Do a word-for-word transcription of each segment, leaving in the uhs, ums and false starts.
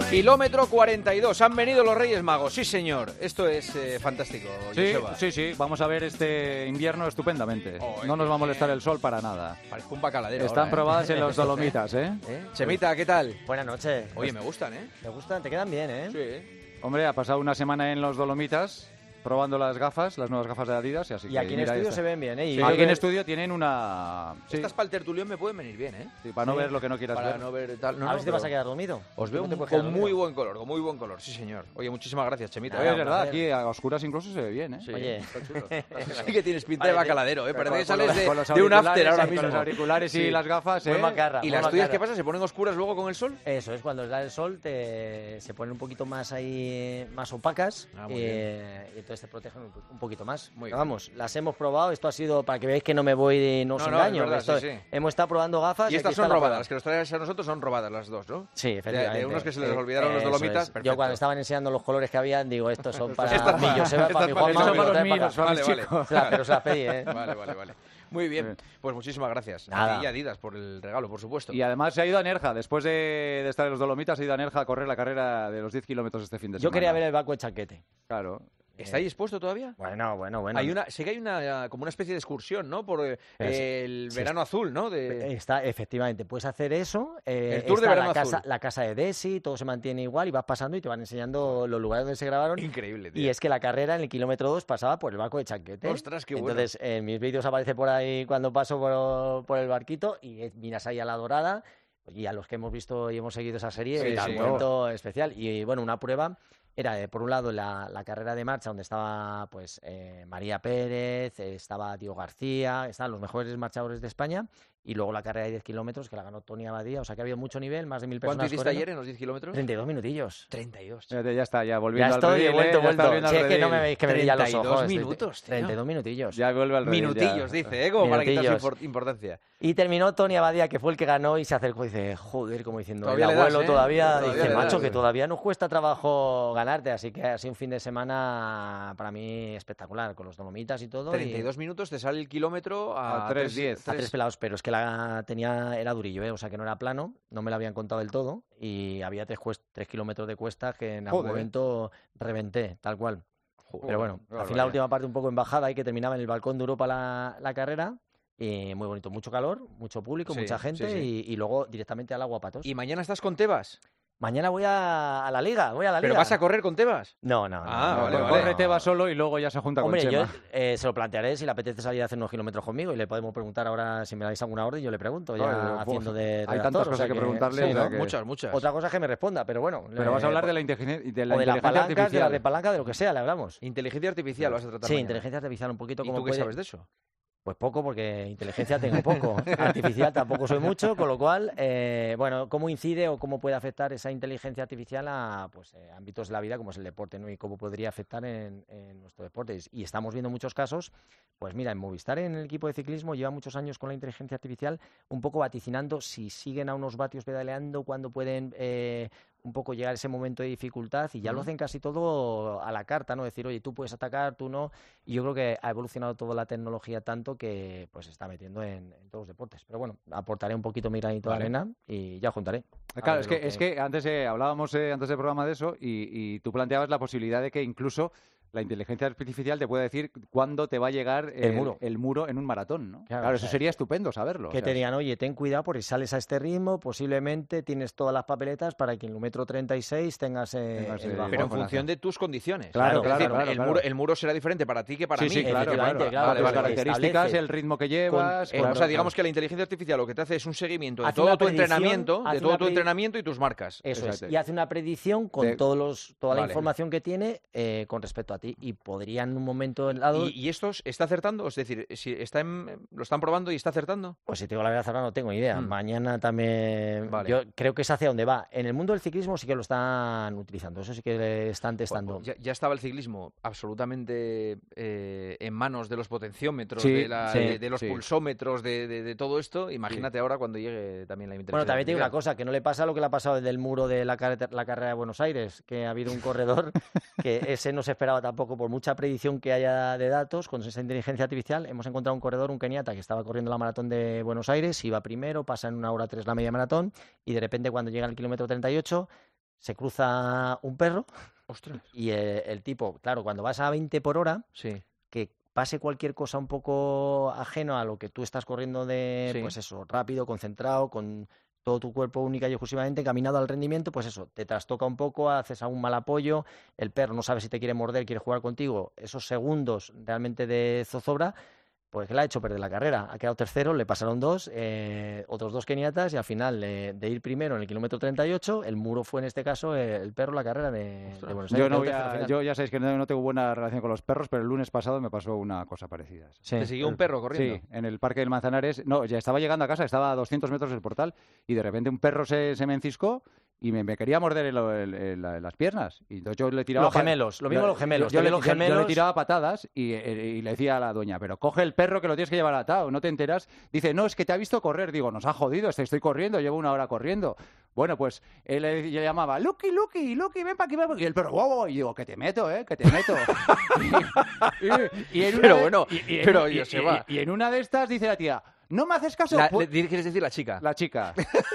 Kilómetro cuarenta y dos. Han venido los Reyes Magos. Sí, señor. Esto es eh, fantástico. Sí, Joseba. sí, sí. Vamos a ver este invierno estupendamente. Oh, no nos va a molestar eh. el sol para nada. Parezco un bacaladero. Están ahora, probadas ¿eh? en los Dolomitas, ¿eh? ¿Eh? Chemita, ¿qué tal? Buenas noches. Oye, me gustan, ¿eh? ¿Te gustan? ¿Te quedan bien, eh? Sí. Hombre, ha pasado una semana en los Dolomitas probando las gafas, las nuevas gafas de Adidas. Y, así Y que, aquí en mira estudio esta. se ven bien, ¿eh? Y Sí, yo aquí creo en que- estudio tienen una... Sí, Estas para el tertulión me pueden venir bien, ¿eh? sí, para no Sí. ver lo que no quieras Para ver. no ver tal. No, a ver no, si te vas a pero quedar dormido. Os veo ¿No te un- puedes quedar con muy dormido? buen color, con muy buen color, sí, señor. Oye, muchísimas gracias, Chemita. Oye, Nada, es un verdad, placer. aquí a oscuras incluso se ve bien, ¿eh? Sí, Oye. está chulo. Sí que tienes pinta de Parece- bacaladero, ¿eh? Parece que Con sales los- de, con los de un after auriculares, ahora con mismo. los auriculares y Sí. las gafas, ¿eh? Muy macarra. ¿Y muy las tuyas macarra. qué pasa? ¿Se ponen oscuras luego con el sol? Eso es, cuando da el sol te, se ponen un poquito más ahí, más opacas Ah, muy eh, y entonces te protegen un, un poquito más. Muy Pero bien. vamos, las hemos probado, esto ha sido para que veáis que no me voy de no os No, no, engaño. es verdad, esto- sí, sí. Hemos estado probando gafas. Y aquí estas está son la robadas, prueba. las que nos traes a nosotros son robadas las dos, ¿no? Sí, efectivamente. de unos que se les Eh, olvidaron los eso Dolomitas, es. perfecto. Yo cuando estaban enseñando los colores que habían, digo, estos son para Estas mí, para- Joseba, para estas mi para- Juanma, estas me para lo los traen míos, para acá. para Vale, los vale. chicos. Se las- Pero se las pedí, ¿eh? Vale, vale, vale. Muy bien, Bien. pues muchísimas gracias. A Nada. ti y a Adidas por el regalo, por supuesto. Y además se ha ido a Nerja, después de, de estar en los Dolomitas, se ha ido a Nerja a correr la carrera de los diez kilómetros este fin de Yo semana. quería ver el Baco de Chanquete. Claro. ¿Está ahí expuesto todavía? Bueno, bueno, bueno. Hay una, sé que hay una como una especie de excursión, ¿no? Por eh, Pero sí, el sí, verano azul, ¿no? De... Está, efectivamente, puedes hacer eso. eh, El tour de está verano la casa, azul. la casa de Desi, todo se mantiene igual y vas pasando y te van enseñando los lugares donde se grabaron. Increíble, tío. Y es que la carrera en el kilómetro dos pasaba por el barco de Chanquete. Ostras, qué bueno. Entonces, en mis vídeos aparece por ahí cuando paso por, por el barquito y eh, miras ahí a la Dorada. Y a los que hemos visto y hemos seguido esa serie, Sí, es sí. un momento especial. Y bueno, una prueba era, eh, por un lado, la, la carrera de marcha, donde estaba pues eh, María Pérez, eh, estaba Diego García, estaban los mejores marchadores de España. Y luego la carrera de diez kilómetros, que la ganó Tony Abadía. O sea que ha habido mucho nivel, más de mil personas. ¿Cuánto hiciste corriendo. ayer en los diez kilómetros? treinta y dos minutillos. treinta y dos. Fíjate, ya está, ya Ya volviendo al estoy, he redil, vuelto, ¿eh? Ya está vuelto. volviendo al Si es que no me redil. veis que me brillan los treinta y dos ojos. minutos, tío. treinta y dos minutillos. Ya vuelve al redil, ya. Minutillos, dice, ¿eh? Como para quitarse Minutillos. impor- importancia. Y terminó Tony Abadía, que fue el que ganó, y se acercó y dice, joder, como diciendo, Todavía el le das, abuelo ¿eh? todavía, Todavía dice, le das, macho, que ¿eh? todavía nos cuesta trabajo ganarte, así que ha sido un fin de semana para mí espectacular, con los Dolomitas y todo. treinta y y dos minutos te sale el kilómetro a, A tres diez. a tres pelados, pero es que la tenía, era durillo, ¿eh? O sea que no era plano, no me lo habían contado del todo, y había tres, cuest- tres kilómetros de cuestas que en algún Joder. momento reventé, tal cual. Pero bueno, qué al fin barbaridad. la última parte un poco en bajada, ahí que terminaba en el balcón de Europa la, la carrera. Y muy bonito, mucho calor, mucho público, Sí, mucha gente sí, sí. Y, y luego directamente al agua patos. ¿Y mañana estás con Tebas? Mañana voy a, a la liga, voy a la liga. ¿Pero vas a correr con Tebas? No, no, no. Ah, no, vale, no, vale. no. Córrete, va solo y luego ya se junta Hombre, con yo Chema. eh, se lo plantearé si le apetece salir a hacer unos kilómetros conmigo y le podemos preguntar ahora si me dais alguna orden, yo le pregunto, ya Oye, haciendo uf, de hay redactor, tantas o cosas sea que preguntarle, sí, o sea ¿no? que- Muchas, muchas. Otra cosa es que me responda, pero bueno. Pero vas a hablar de la inteligencia, de la o de las inteligencia palancas, de la artificial. de palanca, de lo que sea, le hablamos. Inteligencia artificial vas a tratar Sí, mañana. inteligencia artificial un poquito ¿Y como tú qué puede- sabes de eso? Pues poco, porque inteligencia tengo poco. Artificial tampoco soy mucho, con lo cual, eh, bueno, cómo incide o cómo puede afectar esa inteligencia artificial a pues, eh, ámbitos de la vida como es el deporte, ¿no? Y cómo podría afectar en, en nuestro deporte. Y estamos viendo muchos casos, pues mira, en Movistar, en el equipo de ciclismo, lleva muchos años con la inteligencia artificial, un poco vaticinando si siguen a unos vatios pedaleando, cuándo pueden eh, un poco llegar ese momento de dificultad, y ya lo Ujú. hacen casi todo a la carta, ¿no? Decir, oye, tú puedes atacar, tú no. Y yo creo que ha evolucionado toda la tecnología tanto que pues se está metiendo en, en todos los deportes. Pero bueno, aportaré un poquito mi granito Vale. de arena y ya juntaré. A Claro, ver es que, lo que- es que antes eh, hablábamos eh, antes del programa de eso y, y tú planteabas la posibilidad de que incluso la inteligencia artificial te puede decir cuándo te va a llegar El muro. el muro en un maratón, ¿no? Claro, Claro, o eso sea, sería estupendo saberlo. Que o sea, te digan, oye, ten cuidado porque sales a este ritmo, posiblemente tienes todas las papeletas para que en el kilómetro treinta y seis tengas, eh, Tengas, el eh, bajón. Pero en Bueno, función de tus condiciones. Claro, Es claro, decir, claro, el, claro. Muro, el muro será diferente para ti que para sí, mí. sí, claro, Efectivamente, claro. claro, Vale, Tus vale, vale. características, Establece el ritmo que llevas. Eh, claro, o sea, claro. digamos que la inteligencia artificial lo que te hace es un seguimiento de Hace todo una tu predicción, entrenamiento, de hace todo una tu predi- entrenamiento y tus marcas. Eso es. Exacto. Y hace una predicción con De- todos los, toda la Vale. información que tiene eh, con respecto a ti. Y podría en un momento dado... ¿Y, y estos está acertando? Es decir, si está en- lo están probando y está acertando. Pues si te digo la verdad, ahora no tengo idea. Mm. Mañana también... Vale. Yo creo que es hacia dónde va. En el mundo del ciclismo sí que lo están utilizando. Eso sí que le están testando. Ya, ya estaba el ciclismo absolutamente eh, en manos de los potenciómetros, Sí, de, la- sí, de- de los sí. pulsómetros, de, de- de todo esto. Imagínate ahora cuando llegue también la inteligencia Bueno, también te digo una artificial. cosa, que no le pasa lo que le ha pasado desde el muro de la, carre- la carrera de Buenos Aires, que ha habido un corredor que ese no se esperaba tampoco, por mucha predicción que haya de datos, con esa inteligencia artificial, hemos encontrado un corredor, un keniata, que estaba corriendo la maratón de Buenos Aires, iba primero, pasa en una hora tres la media maratón, y de repente cuando llega al kilómetro treinta y ocho, se cruza un perro Ostras. y eh, el tipo, claro, cuando vas a veinte por hora, Sí. que pase cualquier cosa un poco ajeno a lo que tú estás corriendo de, Sí. pues eso, rápido, concentrado, con todo tu cuerpo única y exclusivamente encaminado al rendimiento, pues eso, te trastoca un poco, haces algún mal apoyo, el perro no sabe si te quiere morder, quiere jugar contigo, esos segundos realmente de zozobra, pues que le ha hecho perder la carrera. Ha quedado tercero, le pasaron dos, eh, otros dos keniatas, y al final eh, de ir primero en el kilómetro treinta y ocho, el muro fue en este caso eh, el perro la carrera de, de Buenos Aires. Yo, no quedó voy tercero al a, final. yo ya sabéis que no, no tengo buena relación con los perros, pero el lunes pasado me pasó una cosa parecida. Sí. ¿Te siguió un perro corriendo? Sí, en el Parque del Manzanares. No, ya estaba llegando a casa, estaba a doscientos metros del portal y de repente un perro se, se me enciscó y me, me quería morder en, lo- en- en la- en las piernas. Y entonces yo le tiraba... Los pa- gemelos, lo mismo yo- los gemelos, Yo, te le, vi los yo- yo le gemelos. tiraba patadas y, eh, y le decía a la dueña, pero coge el perro que lo tienes que llevar atado, ¿no te enteras? Dice, no, es que te ha visto correr. Digo, nos ha jodido, estoy, estoy corriendo, llevo una hora corriendo. Bueno, pues él le, le llamaba, Lucky, Lucky, Lucky, ven para aquí, ven pa' aquí. Y el perro, wow, wow, y digo, que te meto, ¿eh? Que te meto. y, y- y en una Pero de- bueno, y- y en- pero, y- Joseba. y- y en una de estas dice la tía, ¿no me haces caso? La, Pues- le- ¿Quieres decir la chica? la chica.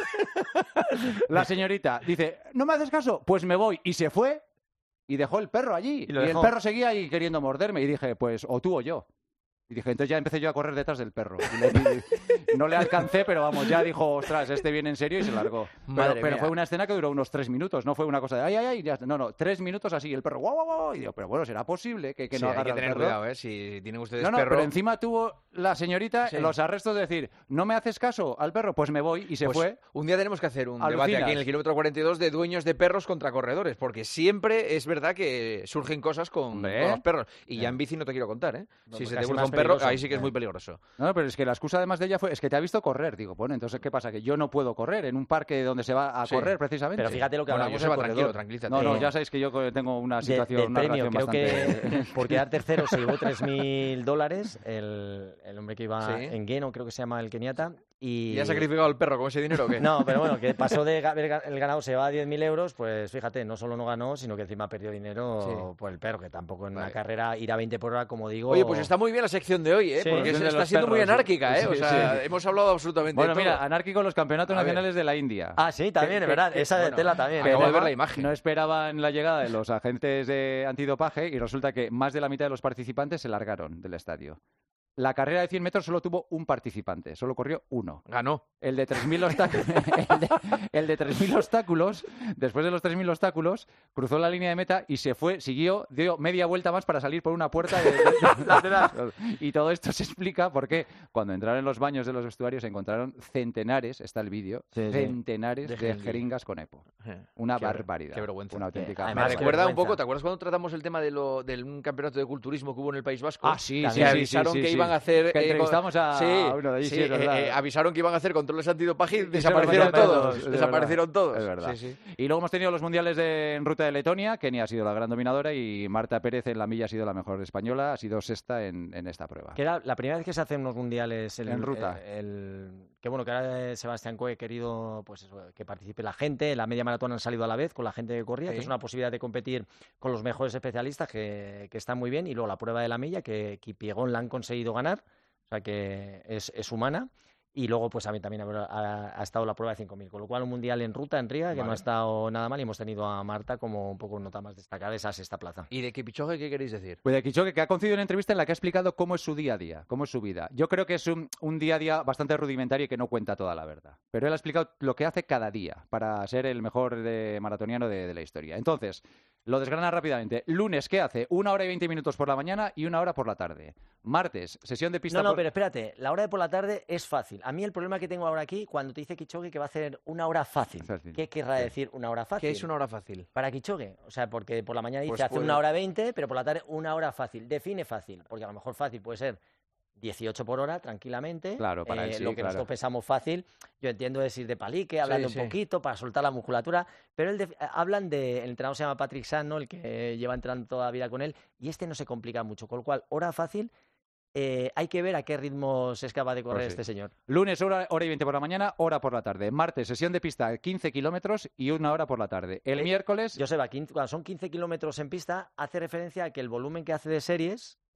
La señorita dice, ¿no me haces caso? Pues me voy. Y se fue y dejó el perro allí. Y Y, lo el dejó. perro seguía ahí queriendo morderme. Y dije, pues o tú o yo. Y dije, entonces ya empecé yo a correr detrás del perro. Y le- no le alcancé, pero vamos, ya dijo, ostras, este viene en serio y se largó. Pero, Madre pero mía. fue una escena que duró unos tres minutos, no fue una cosa de, ay, ay, ay, ya está. No, no, tres minutos así. Y el perro, guau, guau, guau. Y digo, pero bueno, ¿será posible que, que Sí, no hay agarre que al tener perro? cuidado, ¿eh? Si tienen ustedes No, no, perro... pero encima tuvo la señorita Sí. los arrestos de decir, no me haces caso al perro, pues me voy. Y se Pues fue. un día tenemos que hacer un Alucinas. debate aquí en el kilómetro cuarenta y dos de dueños de perros contra corredores, porque siempre es verdad que surgen cosas con, Hombre. con los perros. Y Ya. ya en bici no te quiero contar, ¿eh? No, si pues se te casi cruza más un perro, peligroso. ahí sí que es Ya. muy peligroso. No, pero es que la excusa además de ella fue, es que te ha visto correr. Digo, bueno, entonces, ¿qué pasa? Que yo no puedo correr en un parque donde se va a Sí. correr precisamente. Pero fíjate lo que Bueno, hablamos Joseba, del corredor. tranquilo, tranquilízate. No, no, Eh, ya sabéis que yo co- tengo una De- situación, del una premio, relación creo bastante... que por quedar tercero se llevó tres mil dólares el, el hombre que iba Sí. en Gueno, creo que se llama el keniata. Y ¿Y ha sacrificado al perro con ese dinero o qué? No, pero bueno, que pasó de ga- haber ga- el ganado se va a diez mil euros, pues fíjate, no solo no ganó, sino que encima perdió dinero Sí. por el perro, que tampoco en Vale. una carrera ir a veinte por hora, como digo... Oye, pues está muy bien la sección de hoy, ¿eh? Sí. Porque La es- sección de está los siendo muy perros. anárquica, ¿eh? O Sí, sea, sí. hemos hablado absolutamente Bueno, de todo. mira, anárquico los campeonatos A ver. nacionales de la India. Ah, sí, también, Que- es verdad, que- esa de bueno, tela también. acabo de ver Pero la imagen. No esperaban la llegada de los agentes de antidopaje y resulta que más de la mitad de los participantes se largaron del estadio. La carrera de cien metros solo tuvo un participante, solo corrió uno. Ganó. El de tres mil obstáculos, el de, el de tres mil obstáculos, después de los tres mil obstáculos, cruzó la línea de meta y se fue, siguió, dio media vuelta más para salir por una puerta de, de- de- lateral. Y todo esto se explica porque cuando entraron en los baños de los vestuarios se encontraron centenares, está el vídeo, Sí, sí. centenares De de, jeringuillas. jeringas con EPO. Eh, Una qué ver- barbaridad. qué vergüenza. Una auténtica además Me Más recuerda un vergüenza. poco, ¿te acuerdas cuando tratamos el tema de lo, del un campeonato de culturismo que hubo en el País Vasco? Ah, sí, Que sí, sí, avisaron sí, sí, que sí. iban a hacer... Que eh, entrevistamos a, sí, a uno de allí, sí, sí, es eh, verdad. eh, avisaron que iban a hacer controles antidopaje y Y se desaparecieron lo metieron todos. todos, es Desaparecieron verdad. todos. Es verdad. Sí, sí. Y luego hemos tenido los mundiales de, en ruta de Letonia. Kenia ha sido la gran dominadora y Marta Pérez en la milla ha sido la mejor española. Ha sido sexta en, en esta prueba. Que era la primera vez que se hacen unos mundiales el- En ruta. El, el- que bueno, que ahora eh, Sebastián Coe ha querido pues eso, que participe la gente. La media maratón han salido a la vez con la gente que corría, Sí. que es una posibilidad de competir con los mejores especialistas que, que están muy bien. Y luego la prueba de la milla, que Kipiegon la han conseguido ganar, o sea que es, es humana. Y luego, pues a mí también ha, ha- ha estado la prueba de cinco mil, con lo cual un mundial en ruta, en Riga, que no Vale. ha estado nada mal, y hemos tenido a Marta como un poco nota más destacada de esa sexta plaza. ¿Y de Kipichoge qué queréis decir? Pues de Kichoque, que ha concedido una entrevista en la que ha explicado cómo es su día a día, cómo es su vida. Yo creo que es un, un día a día bastante rudimentario y que no cuenta toda la verdad. Pero él ha explicado lo que hace cada día para ser el mejor de maratoniano de, de la historia. Entonces, lo desgrana rápidamente. Lunes, ¿qué hace? Una hora y veinte minutos por la mañana y una hora por la tarde. Martes, sesión de pista... No, no, por- pero espérate, la hora de por la tarde es fácil. A mí el problema que tengo ahora aquí, cuando te dice Kichogue que va a hacer una hora fácil, Fácil, ¿qué querrá sí. decir una hora fácil? ¿Qué es una hora fácil? Para Kichogue, o sea, porque por la mañana dice Pues hace puede- una hora veinte, pero por la tarde una hora fácil. Define fácil, porque a lo mejor fácil puede ser dieciocho por hora, tranquilamente. Claro, para él Eh, sí, Lo que claro. nosotros pensamos fácil, yo entiendo es ir de palique, hablando sí. un poquito para soltar la musculatura, pero él def- hablan de, el entrenador se llama Patrick Sano, el que lleva entrenando toda la vida con él, y este no se complica mucho, con lo cual, hora fácil, eh, hay que ver a qué ritmo se es capaz de correr Pues sí. este señor. Lunes, hora, hora y veinte por la mañana, hora por la tarde. Martes, sesión de pista, quince kilómetros y una hora por la tarde. El Eh, miércoles... Joseba, quince cuando son quince kilómetros en pista, hace referencia a que el volumen que hace de series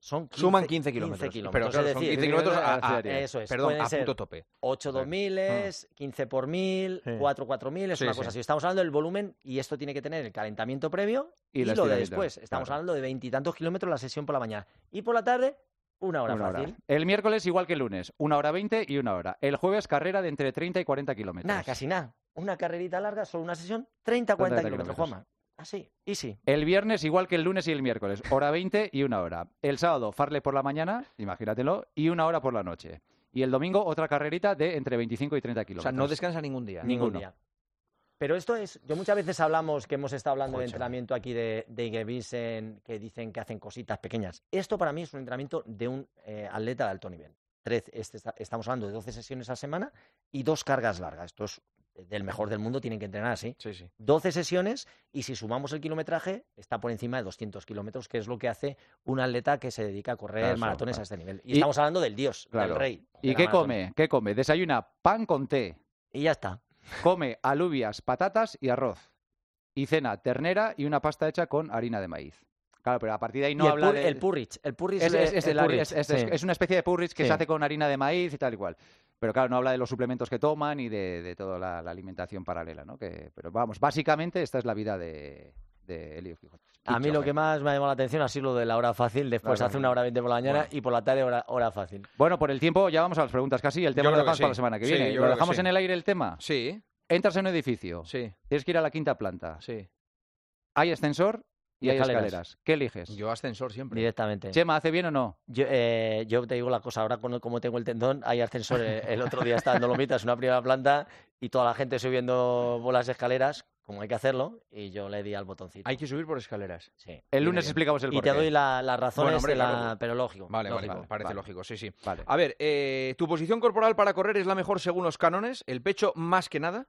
son quince, Suman quince kilómetros. quince kilómetros. Pero claro, es son decir, quince kilómetros a, a, eso es, perdón, pueden a ser punto tope. ocho dos miles, quince por mil, Sí. cuatro cuatro mil, es Sí, una sí. cosa así. Estamos hablando del volumen y esto tiene que tener el calentamiento previo Y y, la lo de estiramiento, después. Estamos claro. hablando de veintitantos kilómetros la sesión por la mañana. Y por la tarde, una hora Una fácil. hora. El miércoles igual que el lunes, una hora veinte y una hora. El jueves carrera de entre treinta y cuarenta kilómetros. Nada, casi nada. Una carrerita larga, solo una sesión, treinta cuarenta treinta kilómetros, kilómetros. Juanma. Así, easy. El viernes igual que el lunes y el miércoles, hora veinte y una hora. El sábado farle por la mañana, imagínatelo, y una hora por la noche. Y el domingo otra carrerita de entre veinticinco y treinta O sea, kilómetros. no descansa ningún día. Ningún ninguno. día. Pero esto es, yo muchas veces hablamos, que hemos estado hablando de Joder, entrenamiento aquí de, de Ingebrigtsen, que dicen que hacen cositas pequeñas. Esto para mí es un entrenamiento de un eh, atleta de alto nivel. Tres, este, está- estamos hablando de doce sesiones a la semana y dos cargas largas. Esto es del mejor del mundo, tienen que entrenar así. Sí, sí. doce sesiones y si sumamos el kilometraje, está por encima de doscientos kilómetros, que es lo que hace un atleta que se dedica a correr Claro, maratones claro. a este nivel. Y, Y- estamos hablando del dios, Claro. del rey. de ¿Y la qué maratón. come? ¿Qué come? Desayuna pan con té, Y ya está. come alubias, patatas y arroz. Y cena ternera y una pasta hecha con harina de maíz. Claro, pero a partir de ahí no y el, habla pur- de... el Purrich. El Purrich Es, es- es el el Purrich, es- es- sí. es una especie de porridge que Sí. se hace con harina de maíz y tal y cual. Pero claro, no habla de los suplementos que toman y de, de toda la, la alimentación paralela, ¿no? Que, pero vamos, básicamente esta es la vida de, de Eliud Kipchoge. A mí lo que más me ha llamado la atención ha sido lo de la hora fácil. Después Claro. hace una hora veinte por la mañana Bueno. y por la tarde hora, hora fácil. Bueno, por el tiempo ya vamos a las preguntas casi. El tema Yo lo creo que dejamos sí. para la semana que Sí, viene. yo ¿Lo creo que dejamos sí. en el aire el tema? Sí, Entras en un edificio, sí, tienes que ir a la quinta planta, sí. hay ascensor y, Y hay escaleras. escaleras. ¿Qué eliges? Yo ascensor siempre. Directamente. Chema, ¿hace bien o no? Yo, eh, yo te digo la cosa, ahora cuando- como tengo el tendón, hay ascensor. eh, El otro día estaba en Dolomitas, una primera planta, y toda la gente subiendo por las escaleras, como hay que hacerlo, y yo le di al botoncito. Hay que subir por escaleras. Sí. El Viene lunes bien. explicamos el Y porqué. te doy la- las razones Bueno, hombre, de la... claro. Pero lógico. Vale, vale, lógico. vale, parece vale. lógico, sí, sí. Vale. A ver, eh, ¿tu posición corporal para correr es la mejor según los cánones? ¿El pecho más que nada?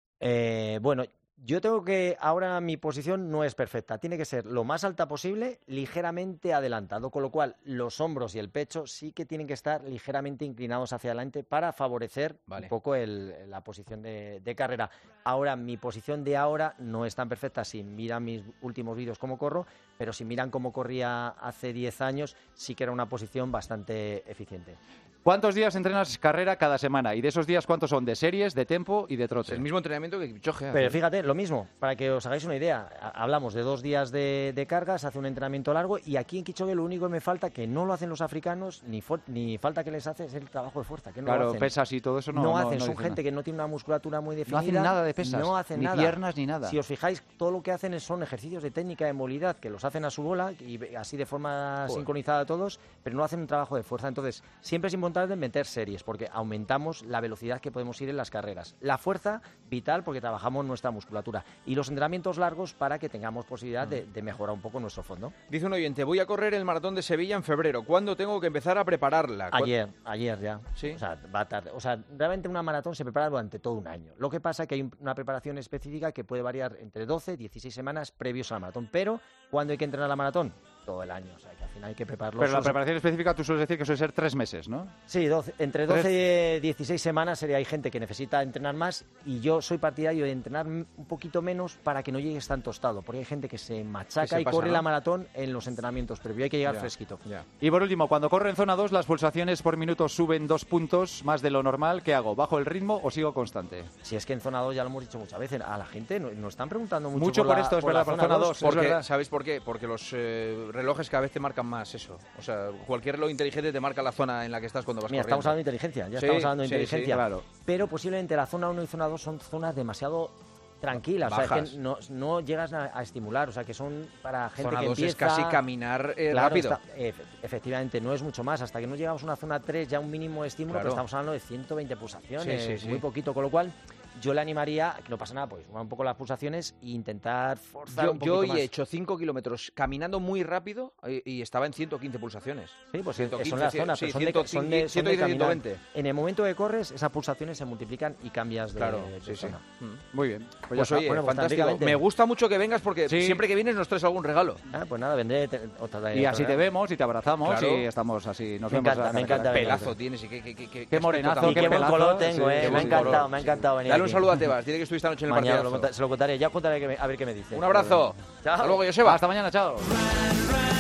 Eh, bueno, yo tengo que, ahora mi posición no es perfecta, tiene que ser lo más alta posible, ligeramente adelantado, con lo cual los hombros y el pecho sí que tienen que estar ligeramente inclinados hacia adelante para favorecer Vale. un poco el- la posición de, de carrera. Ahora, mi posición de ahora no es tan perfecta si miran mis últimos vídeos cómo corro, pero si miran cómo corría hace diez años, sí que era una posición bastante eficiente. ¿Cuántos días entrenas carrera cada semana? Y de esos días, ¿cuántos son de series, de tempo y de Es trote? el mismo entrenamiento que Kipchoge hace. Pero fíjate, lo mismo, para que os hagáis una idea, ha- hablamos de dos días de, de cargas, hace un entrenamiento largo y aquí en Kipchoge lo único que me falta, que no lo hacen los africanos, ni, fu- ni falta que les hace, es el trabajo de fuerza, que no lo Claro, hacen. pesas y todo eso no, no, no hacen, no son dicen gente nada. que no tiene una musculatura muy No definida. hacen nada de pesas, No hacen ni nada. piernas ni nada. Si os fijáis, todo lo que hacen es- son ejercicios de técnica de movilidad que los hacen a su bola y ve- así de forma Joder. sincronizada todos, pero no hacen un trabajo de fuerza. Entonces, siempre es importante meter series porque aumentamos la velocidad que podemos ir en las carreras. La fuerza, vital, porque trabajamos nuestra musculatura. Y los entrenamientos largos para que tengamos posibilidad de, de mejorar un poco nuestro fondo. Dice un oyente, voy a correr el maratón de Sevilla en febrero. ¿Cuándo tengo que empezar a prepararla? ¿Cuán- Ayer, ayer ya. Sí. O sea, va tarde. O sea, realmente una maratón se prepara durante todo un año. Lo que pasa es que hay un- una preparación específica que puede variar entre doce y dieciséis semanas previos a la maratón. Pero, ¿cuándo hay que entrenar la maratón? Todo el año. O sea, que al final hay que prepararlo. Pero la Sus- preparación específica tú sueles decir que suele ser tres meses, ¿no? Sí, doce, entre doce y dieciséis semanas sería, hay gente que necesita entrenar más y yo soy partidario de entrenar m- un poquito menos para que no llegues tan tostado, porque hay gente que se machaca Que se y pasa, corre ¿no? la maratón en los entrenamientos previos, hay que llegar Ya, fresquito. ya. Y por último, cuando corro en zona dos, las pulsaciones por minuto suben dos puntos más de lo normal. ¿Qué hago? ¿Bajo el ritmo o sigo constante? Si es que en zona dos ya lo hemos dicho muchas veces, a la gente no- nos están preguntando mucho, Mucho por la- esto, es por la verdad, por zona dos. Es Porque, verdad. ¿sabéis por qué? Porque los eh, relojes cada vez te marcan más eso. O sea, cualquier reloj inteligente te marca la zona en la que estás cuando vas Mira, corriendo. estamos hablando de inteligencia, ya Sí, estamos hablando de sí, inteligencia, sí, claro. pero posiblemente la zona uno y zona dos son zonas demasiado tranquilas, o sea, es Bajas. que no, no llegas a, a estimular, o sea, que son para gente Zona que dos empieza... es casi caminar eh, Claro, rápido. está- efe- efectivamente, no es mucho más. Hasta que no llegamos a una zona tres, ya un mínimo de estímulo, Claro. pero estamos hablando de ciento veinte pulsaciones, Sí, sí, sí. muy poquito. Con lo cual, yo le animaría, que no pasa nada, pues sumar un poco las pulsaciones e intentar forzar Yo, un yo poquito hoy más. he hecho cinco kilómetros caminando muy rápido y, y estaba en ciento quince pulsaciones. Sí, pues ciento son quince, las zonas, sí, pero son de, ciento son de, son de quince, ciento caminar. veinte. En el momento que corres, esas pulsaciones se multiplican y cambias de, Claro, de sí, sí. zona. Mm. Muy bien. Pues, ya Pues está. oye, Bueno, pues fantástico. prácticamente. Me gusta mucho que vengas porque Sí. siempre que vienes nos traes algún regalo. Ah, pues nada, vendré te- otra Y así te vemos y te abrazamos Claro. y estamos así. Nos Me vemos encanta, a- me encanta venir. Pelazo tienes y qué, qué, qué, Qué morenazo, aspecto Y tan qué buen pelazo, color tengo, sí, eh. qué Me ha buen encantado, color, me ha sí. encantado venir Dale un aquí. saludo a Tebas, dile que estuviste anoche en el Mañana lo partidazo. conta- se lo contaré, ya contaré que me- a ver qué me dice. Un abrazo. Chao. Hasta luego, Joseba. Hasta mañana, chao. Run, run.